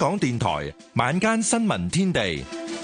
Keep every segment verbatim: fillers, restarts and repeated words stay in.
港電台晚間新聞天地，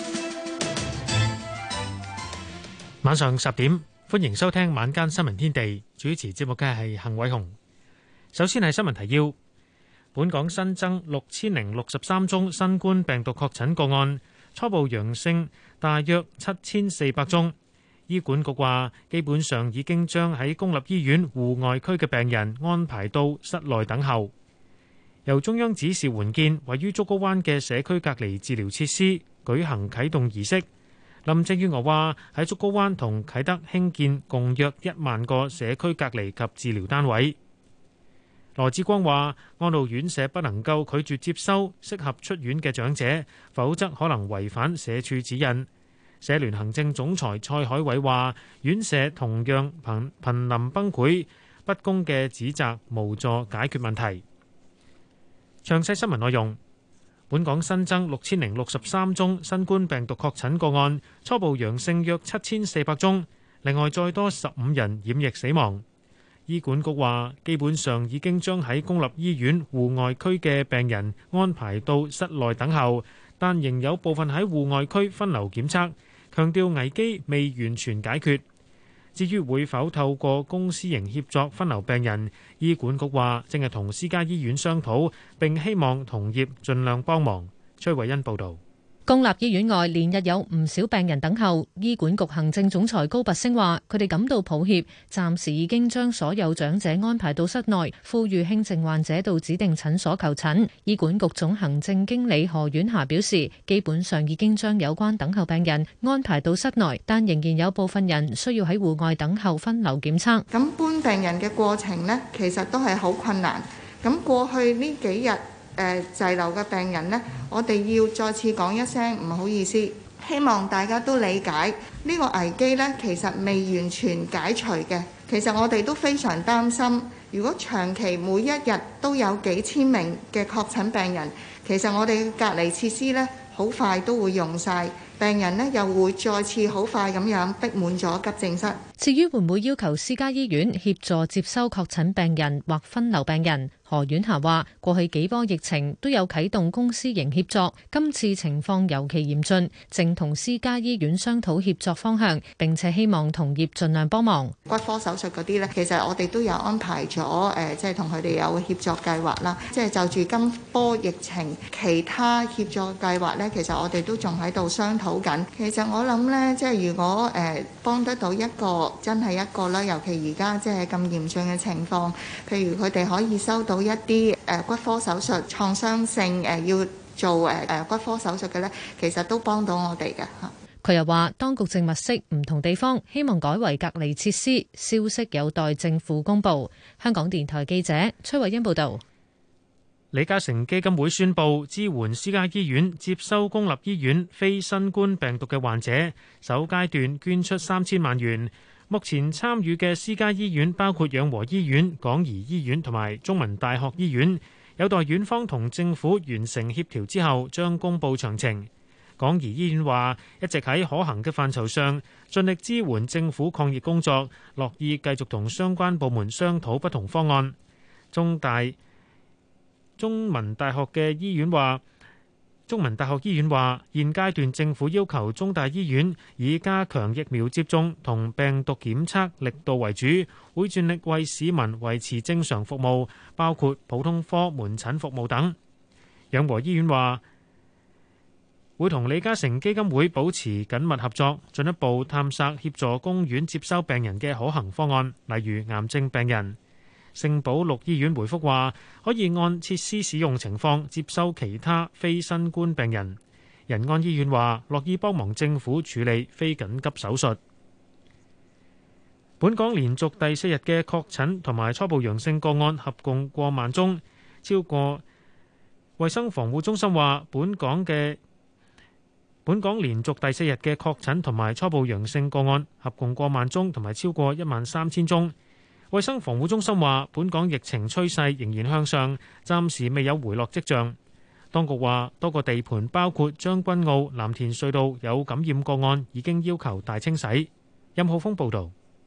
晚上十點，歡迎收聽晚間新聞天地。主持節目嘅係幸偉雄。首先係新聞提要：本港新增六千零六十三宗新冠病毒確診個案，初步陽性大約七千四百宗。醫管局話，基本上已經將喺公立醫院戶外區嘅病人安排到室內等候。由中央指示援建位於竹篙灣嘅社區隔離治療設施舉行啟動儀式。林鄭月娥話，喺竹篙灣同啟德興建共約一萬個社區隔離及治療單位。羅致光話，安老院舍不能夠拒絕接收適合出院嘅長者，否則可能違反社署指引。社聯行政總裁蔡海偉話，院舍同樣瀕瀕臨崩潰，不公嘅指責無助解決問題。詳細新聞內容：本港新增六千零六十三宗新冠病毒確診個案，初步陽性約七千四百宗，另外再多十五人染疫死亡。醫管局話，基本上已經將喺公立醫院戶外區嘅病人安排到室內等候，但仍有部分喺戶外區分流檢測，強調危機未完全解決。至於會否透過公私營協作分流病人，醫管局話正係同私家醫院商討，並希望同業盡量幫忙。崔慧欣報導。 公立醫院外連日有唔少病人等候，醫管局行政總裁高拔陞話：佢哋感到抱歉，暫時已經將所有長者安排到室內，呼籲輕症患者到指定診所求診。醫管局總行政經理何婉霞表示，基本上已經將有關等候病人安排到室內，但仍然有部分人需要喺戶外等候分流檢測。 咁搬病人嘅過程呢，其實都係好困難。咁過去呢幾日，誒滯留嘅病人呢，我哋要再次講一聲唔好意思，希望大家都理解呢個危機呢，其實未完全解除嘅。其實我哋都非常擔心，如果長期每一日都有幾千名嘅確診病人，其實我哋隔離設施呢，好快都會用晒，病人呢又會再次好快咁樣逼滿咗急症室。 至於會唔會要求私家醫院協助接收確診病人或分流病人？何婉霞話：過去幾波疫情都有啟動公私營協作，今次情況尤其嚴峻，正同私家醫院商討協作方向，並且希望同業盡量幫忙。 骨科手術嗰啲呢，其實我哋都有安排咗誒，即係同佢哋有協作計劃啦。即係就住今波疫情其他協作計劃呢，其實我哋都仲喺度商討緊。其實我諗呢，即係如果誒幫得到一個真係一個啦，尤其而家即係咁嚴峻嘅情況，譬如佢哋可以收到一啲誒骨科手術創傷性誒要做誒誒骨科手術嘅咧，其實都幫到我哋嘅嚇。 佢又話，當局正物色唔同地方，希望改為隔離設施，消息有待政府公佈。香港電台記者崔慧欣報導。 李嘉誠基金會宣布支援私家醫院接收公立醫院非新冠病毒嘅患者，首階段捐出三千萬元。目前參與嘅私家醫院包括養和醫院、港怡醫院同埋中文大學醫院，有待院方同政府完成協調之後，將公佈詳情。港怡醫院話一直喺可行嘅範疇上盡力支援政府抗疫工作，樂意繼續同相關部門商討不同方案。中大中文大學嘅醫院話，中文大學醫院話，現階段政府要求中大醫院以加強疫苗接種同病毒檢測力度為主，會盡力為市民維持正常服務，包括普通科門診服務等。養和醫院話，會同李嘉誠基金會保持緊密合作，進一步探索協助公院接收病人嘅可行方案，例如癌症病人。聖保祿醫院回覆話，可以按設施使用情況接收其他非新冠病人。仁安醫院話，樂意幫忙政府處理非緊急手術。本港連續第四日嘅確診同埋初步陽性個案合共過萬宗，超過衛生防護中心話，本港嘅本港連續第四日嘅確診同埋初步陽性個案合共過萬宗，同埋超過一萬三千宗。衛生防護中心話，本港疫情趨勢仍然向上，暫時未有回落跡象。當局話，多個地盤包括將軍澳藍田隧道有感染個案，已經要求大清洗。任浩峰報導。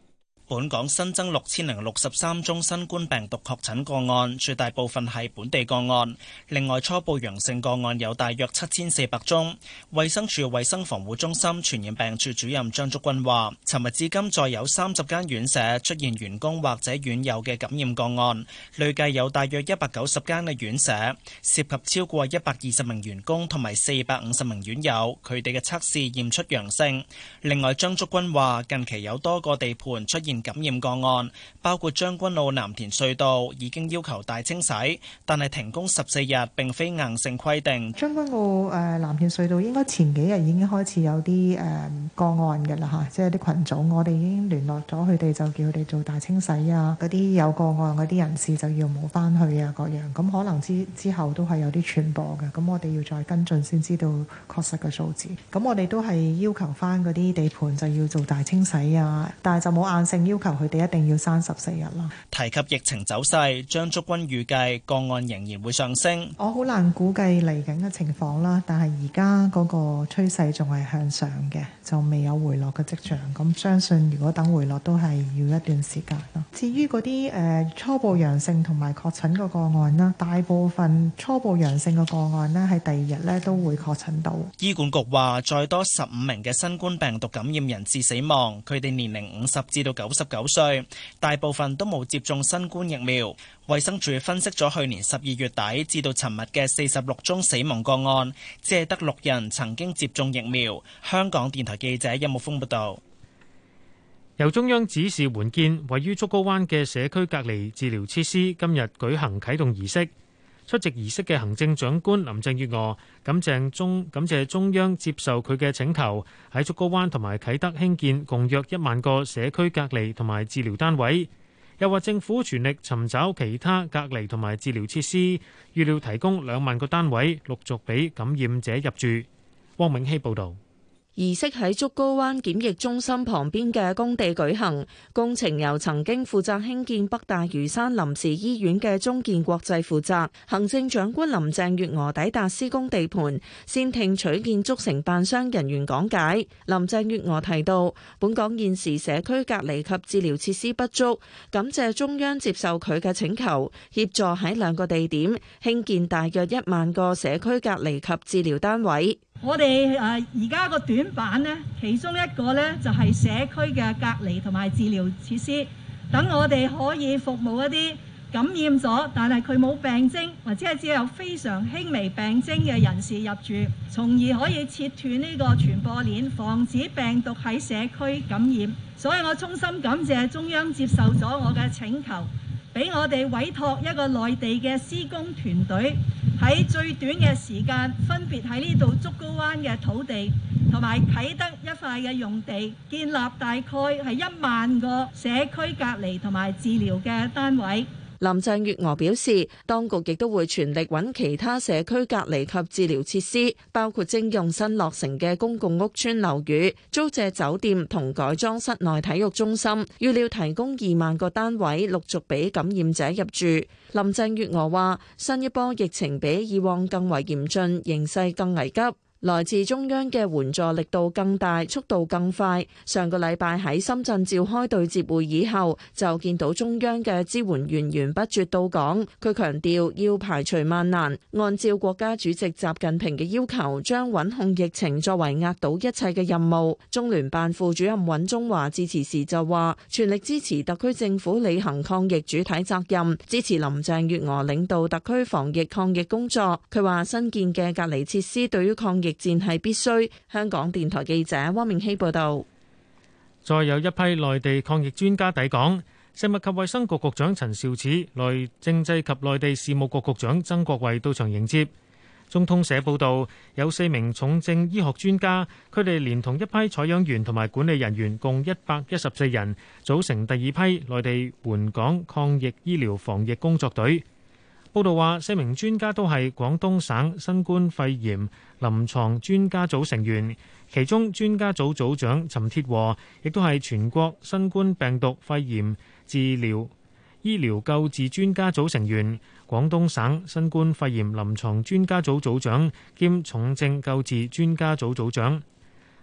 本港新增六千零六十三宗新冠病毒確診個案，絕大部分係本地個案。另外，初步陽性個案有大約七千四百宗。衛生署衛生防護中心傳染病處主任張竹君話，尋日至今再有三十間院舍出現員工或者院友嘅感染個案，累計有大約一百九十間嘅院舍，涉及超過一百二十名員工同埋四百五十名院友，佢哋嘅測試驗出陽性。另外，張竹君話，近期有多個地盤出現感染個案，包括將軍澳藍田隧道已經要求大清洗，但係停工十四日並非硬性規定。 將軍澳誒藍田隧道應該前幾日已經開始有啲誒、呃、個案嘅啦嚇，即係啲群組，我哋已經聯絡咗佢哋，就叫佢哋做大清洗啊。嗰啲有個案嗰啲人士就要冇翻去啊，各樣咁可能之之後都係有啲傳播嘅，咁我哋要再跟進先知道確實嘅數字。咁我哋都係要求翻嗰啲地盤就要做大清洗啊，但係就冇硬性要求佢哋一定要閂十四日啦。 提及疫情走勢，張竹君預計個案仍然會上升。 我好難估計嚟緊嘅情況啦，但係而家嗰個趨勢仲係向上嘅，就未有回落嘅跡象。咁相信如果等回落都係要一段時間咯。至於嗰啲誒初步陽性同埋確診嘅個案啦，大部分初步陽性嘅個案呢，係第二日呢都會確診到。 醫管局話，再多十五名嘅新冠病毒感染人士死亡，佢哋年齡五十至到九十九歲，大部分都冇接種新冠疫苗。衛生署分析咗去年十二月底至到尋日嘅四十六宗死亡個案，只係得六人曾經接種疫苗。香港電台記者任木峰報道。 由中央指示援建位於竹篙灣嘅社區隔離治療設施，今日舉行啟動儀式。出席儀式嘅行政長官林鄭月娥感謝中感謝中央接受佢嘅請求，喺竹篙灣同埋啟德興建共約一萬個社區隔離同埋治療單位。又話政府全力尋找其他隔離同埋治療設施，預料提供兩萬個單位，陸續俾感染者入住。汪永熙報導。 儀式喺竹篙灣檢疫中心旁邊嘅工地舉行，工程由曾經負責興建北大嶼山臨時醫院嘅中建國際負責。行政長官林鄭月娥抵達施工地盤，先聽取建築承辦商人員講解。林鄭月娥提到，本港現時社區隔離及治療設施不足，感謝中央接受佢嘅請求，協助喺兩個地點興建大約一萬個社區隔離及治療單位。 我哋誒而家個短板呢，其中一個呢就係社區嘅隔離同埋治療設施，等我哋可以服務一啲感染咗但係佢冇病徵或者係只有非常輕微病徵嘅人士入住，從而可以切斷呢個傳播鏈，防止病毒喺社區感染。所以我衷心感謝中央接受咗我嘅請求，俾我哋委託一個內地嘅施工團隊，喺最短嘅時間，分別喺呢度竹篙灣嘅土地同埋啟德一塊嘅用地，建立大概係一萬個社區隔離同埋治療嘅單位。 林鄭月娥表示，當局亦都會全力揾其他社區隔離及治療設施，包括徵用新落成嘅公共屋邨樓宇、租借酒店同改裝室內體育中心，預料提供二萬個單位，陸續俾感染者入住。林鄭月娥話：新一波疫情比以往更為嚴峻，形勢更危急。來自中央嘅援助力度更大，速度更快。上個禮拜喺深圳召開對接會議後，就見到中央嘅支援源源不絕到港。佢強調要排除萬難，按照國家主席習近平嘅要求，將穩控疫情作為壓倒一切嘅任務。中聯辦副主任尹宗華致辭時就話：全力支持特區政府履行抗疫主體責任，支持林鄭月娥領導特區防疫抗疫工作。佢話新建嘅隔離設施對於抗疫疫戰係必須。香港電台記者汪明熙報道。 再有一批內地抗疫專家抵港，食物及衛生局局長陳肇始、內政制及內地事務局局長曾國衛到場迎接。中通社報道，有四名重症醫學專家，佢哋連同一批採樣員同埋管理人員，共一百一十四人，組成第二批內地援港抗疫醫療防疫工作隊。報道話，四名專家都係廣東省新冠肺炎臨床專家組成員，其中專家組組長陳鐵和亦都係全國新冠病毒肺炎治療醫療救治專家組成員，廣東省新冠肺炎臨床專家組組長兼重症救治專家組組長。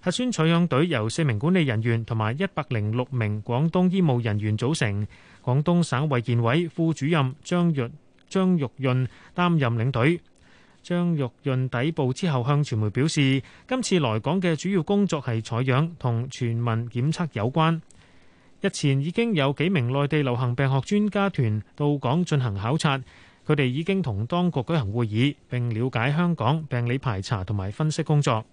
核酸採樣隊由四名管理人員同埋一百零六名廣東醫務人員組成。廣東省衛健委副主任張玉張玉潤擔任領隊。張玉潤抵埗之後向傳媒表示，今次來港嘅主要工作係採樣同全民檢測有關。日前已經有幾名內地流行病學專家團到港進行考察，佢哋已經同當局舉行會議，並了解香港病理排查同埋分析工作。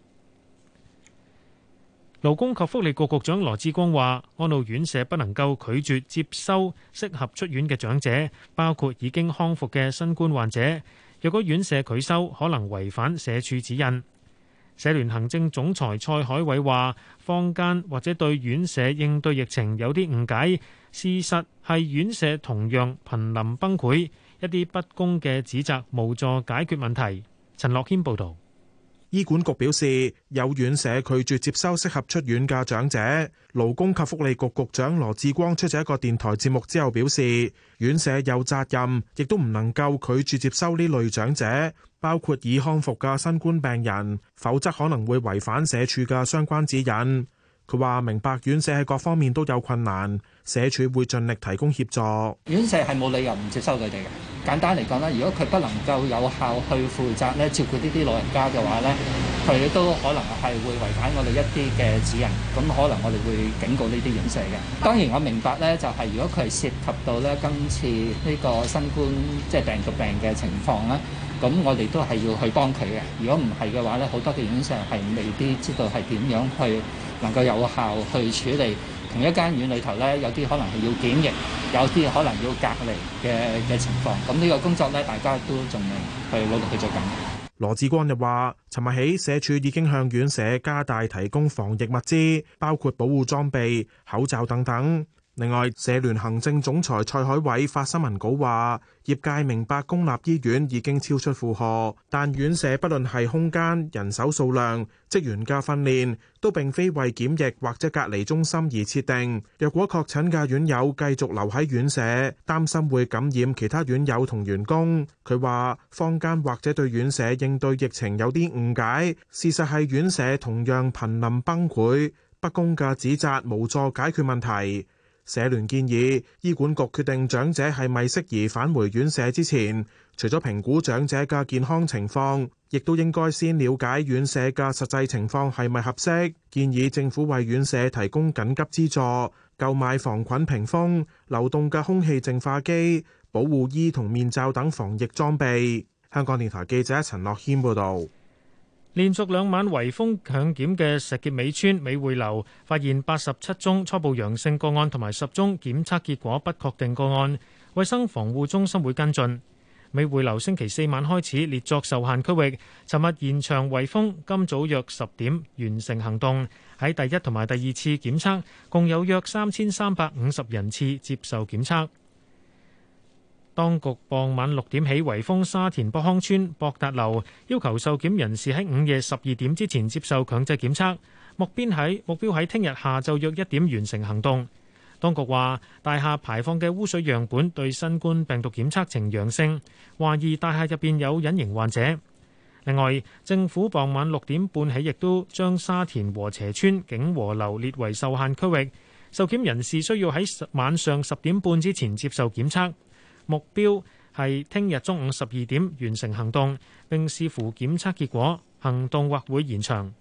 勞工及福利局局長羅致光話，安老院舍不能夠拒絕接收適合出院嘅長者，包括已經康復嘅新冠患者。若果院舍拒收，可能違反社署指引。社聯行政總裁蔡海偉話，坊間或者對院舍應對疫情有啲誤解，事實係院舍同樣瀕臨崩潰，一啲不公嘅指責無助解決問題。陳樂軒報導。 醫管局表示，有院舍拒絕接收適合出院嘅長者。勞工及福利局局長羅致光出席一個電台節目之後表示，院舍有責任，亦都唔能夠拒絕接收呢類長者，包括已康復嘅新冠病人，否則可能會違反社署嘅相關指引。佢話明白院舍喺各方面都有困難，社署會盡力提供協助。 院舍係冇理由唔接收佢哋嘅。簡單嚟講啦，如果佢不能夠有效去負責咧照顧呢啲老人家嘅話咧，佢都可能係會違反我哋一啲嘅指引。咁可能我哋會警告呢啲院舍嘅。當然我明白咧，就係如果佢係涉及到咧今次呢個新冠即係病毒病嘅情況咧，咁我哋都係要去幫佢嘅。如果唔係嘅話咧，好多嘅院舍係未必知道係點樣去能夠有效去處理。同一間院裏頭咧，有啲可能係要檢疫，有啲可能要隔離嘅嘅情況。咁呢個工作咧，大家都仲未去努力去做緊。 羅致光又話，尋日起，社署已經向院舍加大提供防疫物資，包括保護裝備、口罩等等。另外，社聯行政總裁蔡海偉發新聞稿話，業界明白公立醫院已經超出負荷，但院舍不論係空間、人手數量、職員嘅訓練，都並非為檢疫或者隔離中心而設定。若果確診嘅院友繼續留喺院舍，擔心會感染其他院友同員工。佢話坊間或者對院舍應對疫情有啲誤解，事實係院舍同樣瀕臨崩潰，不公嘅指責無助解決問題。社聯建議醫管局決定長者係咪適宜返回院舍之前，除咗評估長者嘅健康情況，亦都應該先了解院舍嘅實際情況係咪合適。建議政府為院舍提供緊急資助，購買防菌屏風、流動嘅空氣淨化機、保護衣同面罩等防疫裝備。香港電台記者陳樂軒報導。 連續兩晚圍封強檢嘅石硤尾村美匯樓發現八十七宗初步陽性個案同埋十宗檢測結果不確定個案，衛生防護中心會跟進。美匯樓星期四晚開始列作受限區域，尋日延長圍封，今早約十點完成行動。喺第一同埋第二次檢測，共有約三千三百五十人次接受檢測。當局傍晚六點起圍封沙田博康村博達樓，要求受檢人士喺午夜十二點之前接受強制檢測，目標喺目標喺聽日下晝約一點完成行動。當局話，大廈排放嘅污水樣本對新冠病毒檢測呈陽性，懷疑大廈入邊有隱形患者。另外，政府傍晚六點半起亦都將沙田禾輋邨景和樓列為受限區域，受檢人士需要喺晚上十點半之前接受檢測。目標係聽日中午十二點完成行動，並視乎檢測結果，行動或會延長。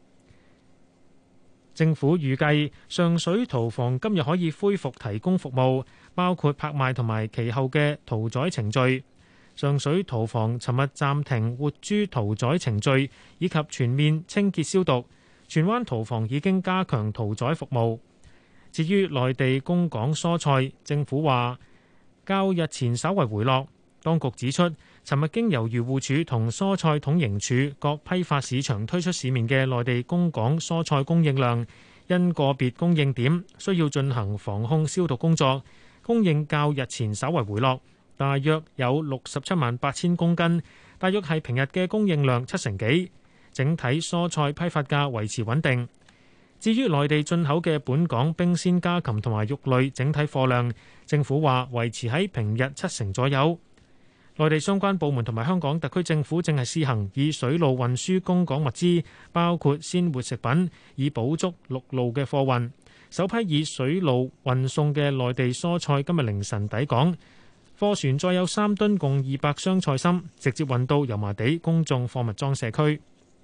政府預計上水屠房今日可以恢復提供服務，包括拍賣同埋其後嘅屠宰程序。上水屠房尋日暫停活豬屠宰程序，以及全面清潔消毒。荃灣屠房已經加強屠宰服務。至於內地供港蔬菜，政府話較日前稍為回落。當局指出，尋日經由漁護署同蔬菜統營處各批發市場推出市面嘅內地供港蔬菜供應量，因個別供應點需要進行防控消毒工作，供應較日前稍為回落，大約有六十七萬八千公斤，大約係平日嘅供應量七成幾。整體蔬菜批發價維持穩定。至於內地進口嘅本港冰鮮家禽同埋肉類整體貨量，政府話維持喺平日七成左右。 內地相關部門同埋香港特區政府正係試行以水路運輸供港物資，包括鮮活食品，以補足陸路嘅貨運。首批以水路運送嘅內地蔬菜今日凌晨抵港，貨船載有三噸共二百箱菜心，直接運到油麻地公眾貨物裝卸區。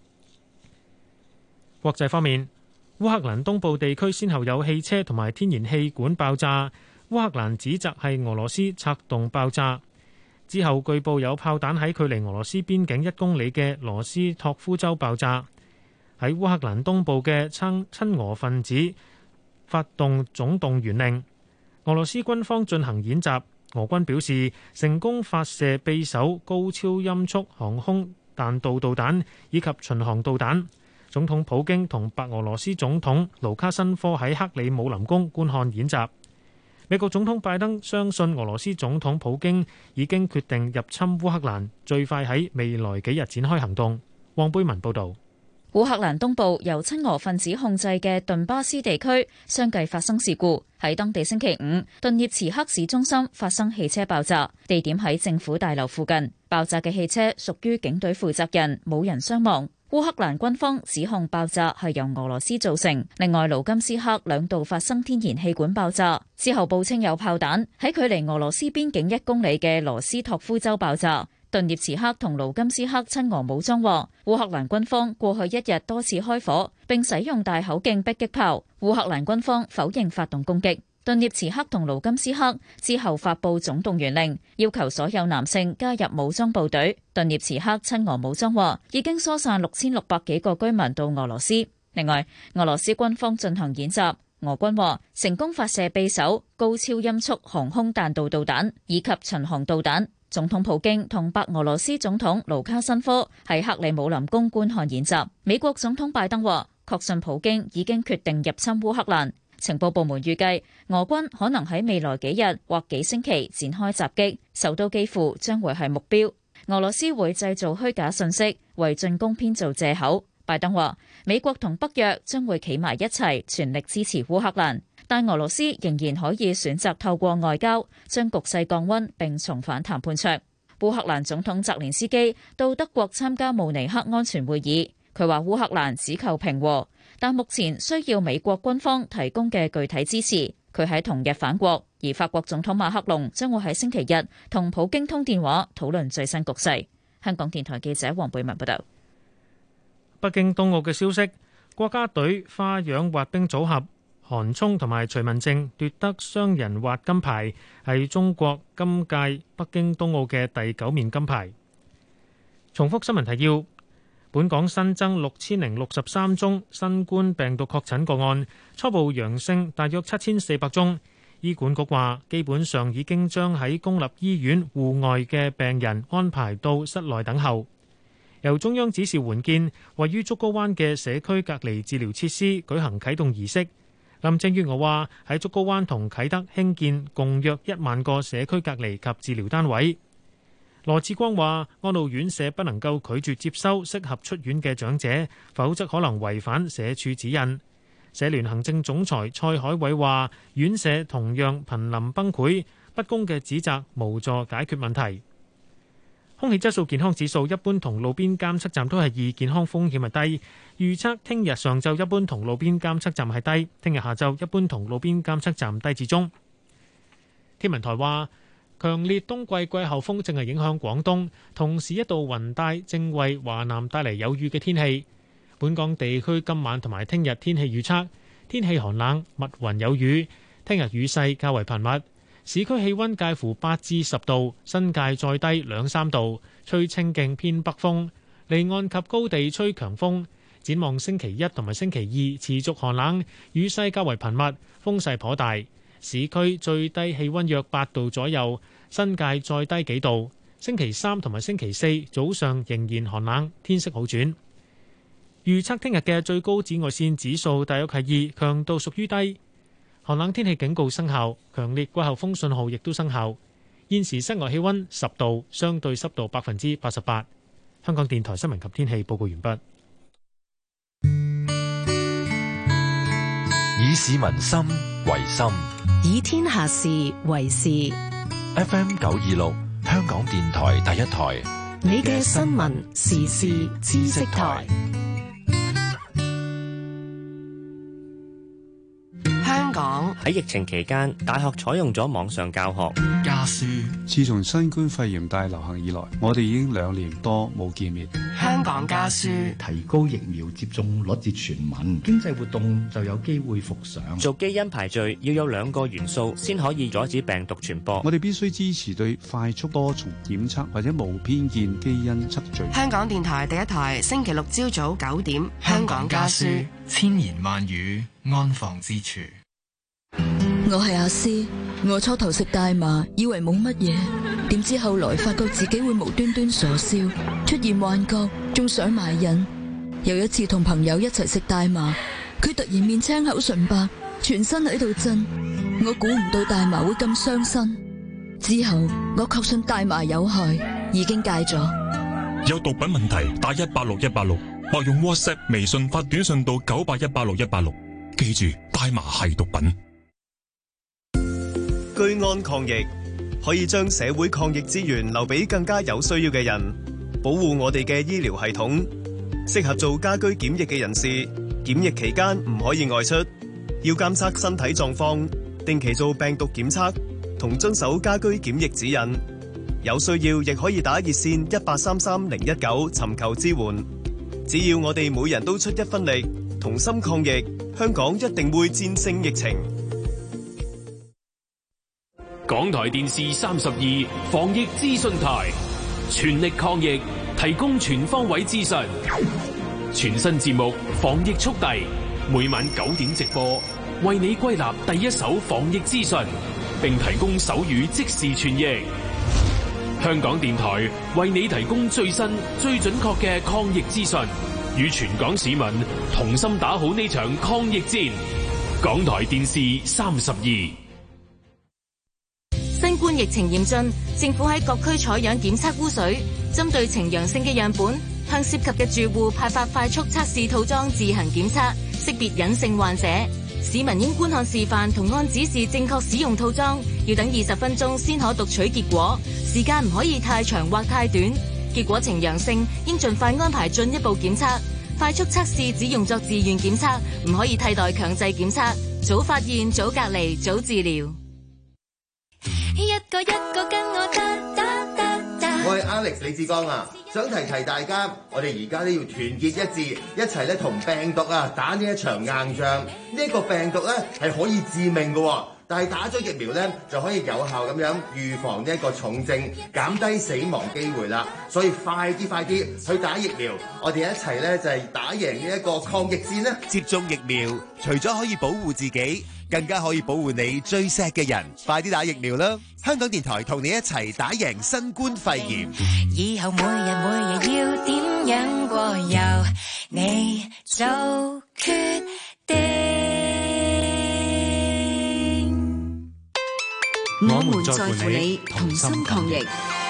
國際方面，烏克蘭東部地區先後有汽車同埋天然氣管爆炸，烏克蘭指責係俄羅斯策動爆炸。之後據報有炮彈喺距離俄羅斯邊境一公里嘅羅斯托夫州爆炸。喺烏克蘭東部嘅親親俄分子發動總動員令，俄羅斯軍方進行演習。俄軍表示成功發射匕首高超音速航空彈道導彈以及巡航導彈。總統普京同白俄羅斯總統盧卡申科喺克里姆林宮觀看演習。美國總統拜登相信俄羅斯總統普京已經決定入侵烏克蘭，最快喺未來幾日展開行動。黃貝文報導。 烏克蘭東部由親俄分子控制嘅頓巴斯地區相繼發生事故，喺當地星期五，頓涅茨克市中心發生汽車爆炸，地點喺政府大樓附近。爆炸嘅汽車屬於警隊負責人，冇人傷亡。烏克蘭軍方指控爆炸係由俄羅斯造成。另外，盧甘斯克兩度發生天然氣管爆炸，之後報稱有炮彈喺距離俄羅斯邊境一公里嘅羅斯托夫州爆炸。頓涅茨克同盧甘斯克親俄武裝話，烏克蘭軍方過去一日多次開火，並使用大口徑迫擊炮。烏克蘭軍方否認發動攻擊。頓涅茨克同盧甘斯克之後發布總動員令，要求所有男性加入武裝部隊。頓涅茨克親俄武裝話，已經疏散六千六百幾個居民到俄羅斯。另外，俄羅斯軍方進行演習，俄軍話成功發射匕首高超音速航空彈道導彈以及巡航導彈。總統普京同白俄羅斯總統盧卡申科喺克里姆林宮觀看演習。美國總統拜登話，確信普京已經決定入侵烏克蘭。情報部門預計，俄軍可能喺未來幾日或幾星期展開襲擊，首都基輔將會係目標。俄羅斯會製造虛假信息，為進攻編造藉口。拜登話，美國同北約將會企埋一齊，全力支持烏克蘭。但俄羅斯仍然可以選擇透過外交將局勢降溫並重返談判桌。烏克蘭總統澤連斯基到德國參加慕尼黑安全會議，佢話烏克蘭只求平和，但目前需要美國軍方提供嘅具體支持。佢喺同日返國，而法國總統馬克龍將會喺星期日同普京通電話討論最新局勢。香港電台記者黃貝文報道。 北京冬奧嘅消息，國家隊花樣滑冰組合韓聰同埋徐文靜奪得雙人滑金牌，係中國今屆北京冬奧嘅第九面金牌。重複新聞提要：本港新增六千零六十三宗新冠病毒確診個案，初步陽性大約七千四百宗。醫管局話，基本上已經將喺公立醫院戶外嘅病人安排到室內等候。由中央指示援建位於竹篙灣嘅社區隔離治療設施舉行啟動儀式。林鄭月娥話，喺竹篙灣同啟德興建共約一萬個社區隔離及治療單位。羅致光話，安老院舍不能夠拒絕接收適合出院嘅長者，否則可能違反社署指引。社聯行政總裁蔡海偉話，院舍同樣瀕臨崩潰，不公嘅指責無助解決問題。空氣質素健康指數一般同路邊監測站都係二，健康風險係低。預測聽日上晝一般同路邊監測站係低，聽日下晝一般同路邊監測站低至中。天文台話，強烈冬季季候風正係影響廣東，同時一道雲帶正為華南帶嚟有雨嘅天氣。本港地區今晚同埋聽日天氣預測，天氣寒冷，密雲有雨，聽日雨勢較為頻密。市區氣溫介乎八至十度，新界再低兩三度，吹清勁偏北風，離岸及高地吹強風。展望星期一同埋星期二持續寒冷，雨勢較為頻密，風勢頗大。市區最低氣溫約八度左右，新界再低幾度。星期三同埋星期四早上仍然寒冷，天色好轉。預測聽日嘅最高紫外線指數大約係二，強度屬於低。寒冷天氣警告生效，強烈季候風信號亦都生效。現時室外氣溫十度，相對濕度百分之八十八。香港電台新聞及天氣報告完畢。 以市民心為心， 以天下事為事。 F M 九二六， 香港電台第一台， 你嘅新聞時事知識台。香港喺疫情期間，大學採用咗網上教學。 家書，自從新冠肺炎大流行以來，我哋已經兩年多冇見面。 香港家書， 提高疫苗接種率至全民，經濟活動就有機會復上。 做基因排序要有兩個元素先可以阻止病毒傳播。 我哋必須支持對快速多重檢測或者無偏見基因測序。 香港電台第一台，星期六朝早九點，香港家書， 千言萬語安放之處。 我係阿詩，我初頭食大麻以為冇乜嘢，點知後來發覺自己會無端端傻笑，出現幻覺，仲想埋癮。有一次同朋友一齊食大麻，佢突然面青口唇白，全身喺度震，我估唔到大麻會咁傷身。之後我確信大麻有害，已經戒咗。 有毒品問題打一八六一八六，或用 WhatsApp、微信發短信到九八一八六一八六。記住，大麻係毒品。 居安抗疫，可以將社會抗疫資源留俾更加有需要嘅人，保護我哋嘅醫療系統。適合做家居檢疫嘅人士，檢疫期間唔可以外出，要監測身體狀況，定期做病毒檢測，同遵守家居檢疫指引。有需要亦可以打熱線一八三三零一九尋求支援。只要我哋每人都出一分力，同心抗疫，香港一定會戰勝疫情。 港台電視三十二防疫資訊台，全力抗疫，提供全方位資訊。全新節目防疫速遞，每晚九點直播，為你歸納第一手防疫資訊，並提供手語即時傳譯。香港電台為你提供最新、最準確嘅抗疫資訊，與全港市民同心打好呢場抗疫戰。港台電視三十二。 新冠疫情嚴峻，政府喺各區採樣檢測污水，針對呈陽性嘅樣本，向涉及嘅住戶派發快速測試套裝自行檢測，識別隱性患者。市民應觀看示範同按指示正確使用套裝，要等二十分鐘先可讀取結果，時間唔可以太長或太短。結果呈陽性，應盡快安排進一步檢測。快速測試只用作自願檢測，唔可以替代強制檢測。早發現，早隔離，早治療。 一個一個跟我得得得得。 我係 Alex 李志剛啊，想提提大家，我哋而家都要團結一致，一齊咧同病毒啊打呢一場硬仗。呢個病毒咧係可以致命嘅，但係打咗疫苗咧就可以有效咁樣預防呢一個重症，減低死亡機會啦。所以快啲快啲去打疫苗，我哋一齊咧就係打贏呢一個抗疫戰啦！ 接種疫苗，除咗可以保護自己，更加可以保護你最錫嘅人。快啲打疫苗啦！香港電台同你一齊打贏新冠肺炎。 以後每日每日要點樣過，由你做決定。 我們在乎你，同心抗疫。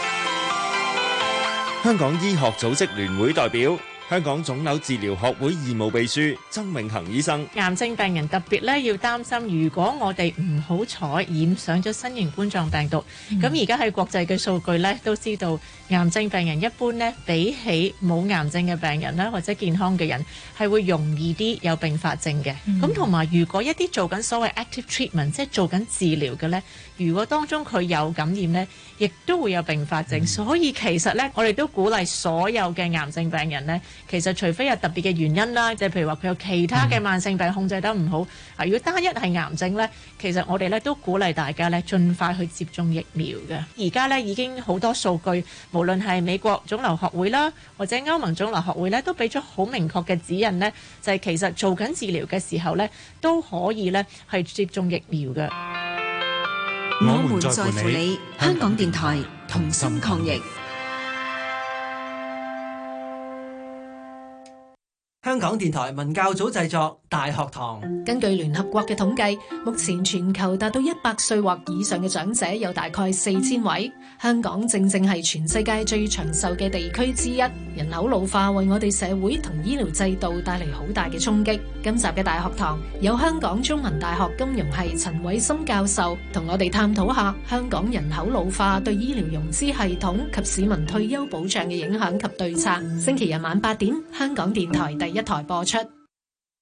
香港醫學組織聯會代表，香港腫瘤治療學會義務秘書曾永恒醫生。 癌症病人特別咧要擔心，如果我哋唔好彩染上咗新型冠狀病毒，咁而家喺國際嘅數據咧都知道，癌症病人一般咧比起冇癌症嘅病人咧或者健康嘅人係會容易啲有併發症嘅。咁同埋如果一啲做緊所謂 active treatment， 即係做緊治療嘅咧，如果當中佢有感染咧，亦都會有併發症。嗯、所以其實咧，我哋都鼓勵所有嘅癌症病人咧，其實除非有特別嘅原因啦，即係譬如話佢有其他嘅慢性病控制得唔好，啊、嗯，如果單一係癌症咧，其實我哋咧都鼓勵大家咧盡快去接種疫苗嘅。而家咧已經好多數據，無論係美國腫瘤學會啦，或者歐盟腫瘤學會咧，都俾咗好明確嘅指引咧，就係、是、其實做緊治療嘅時候咧，都可以咧係接種疫苗嘅。 我們在乎你，香港電台同心抗疫。 香港電台文教組製作《大學堂》。 根據聯合國嘅統計，目前全球達到一百歲或以上嘅長者有大概四千位。香港正正係全世界最長壽嘅地區之一。人口老化為我哋社會同醫療制度帶嚟好大嘅衝擊。今集嘅大學堂有香港中文大學金融系陳偉森教授同我哋探討下香港人口老化對醫療融資系統及市民退休保障嘅影響及對策。星期日晚八點，香港電台第一台播出。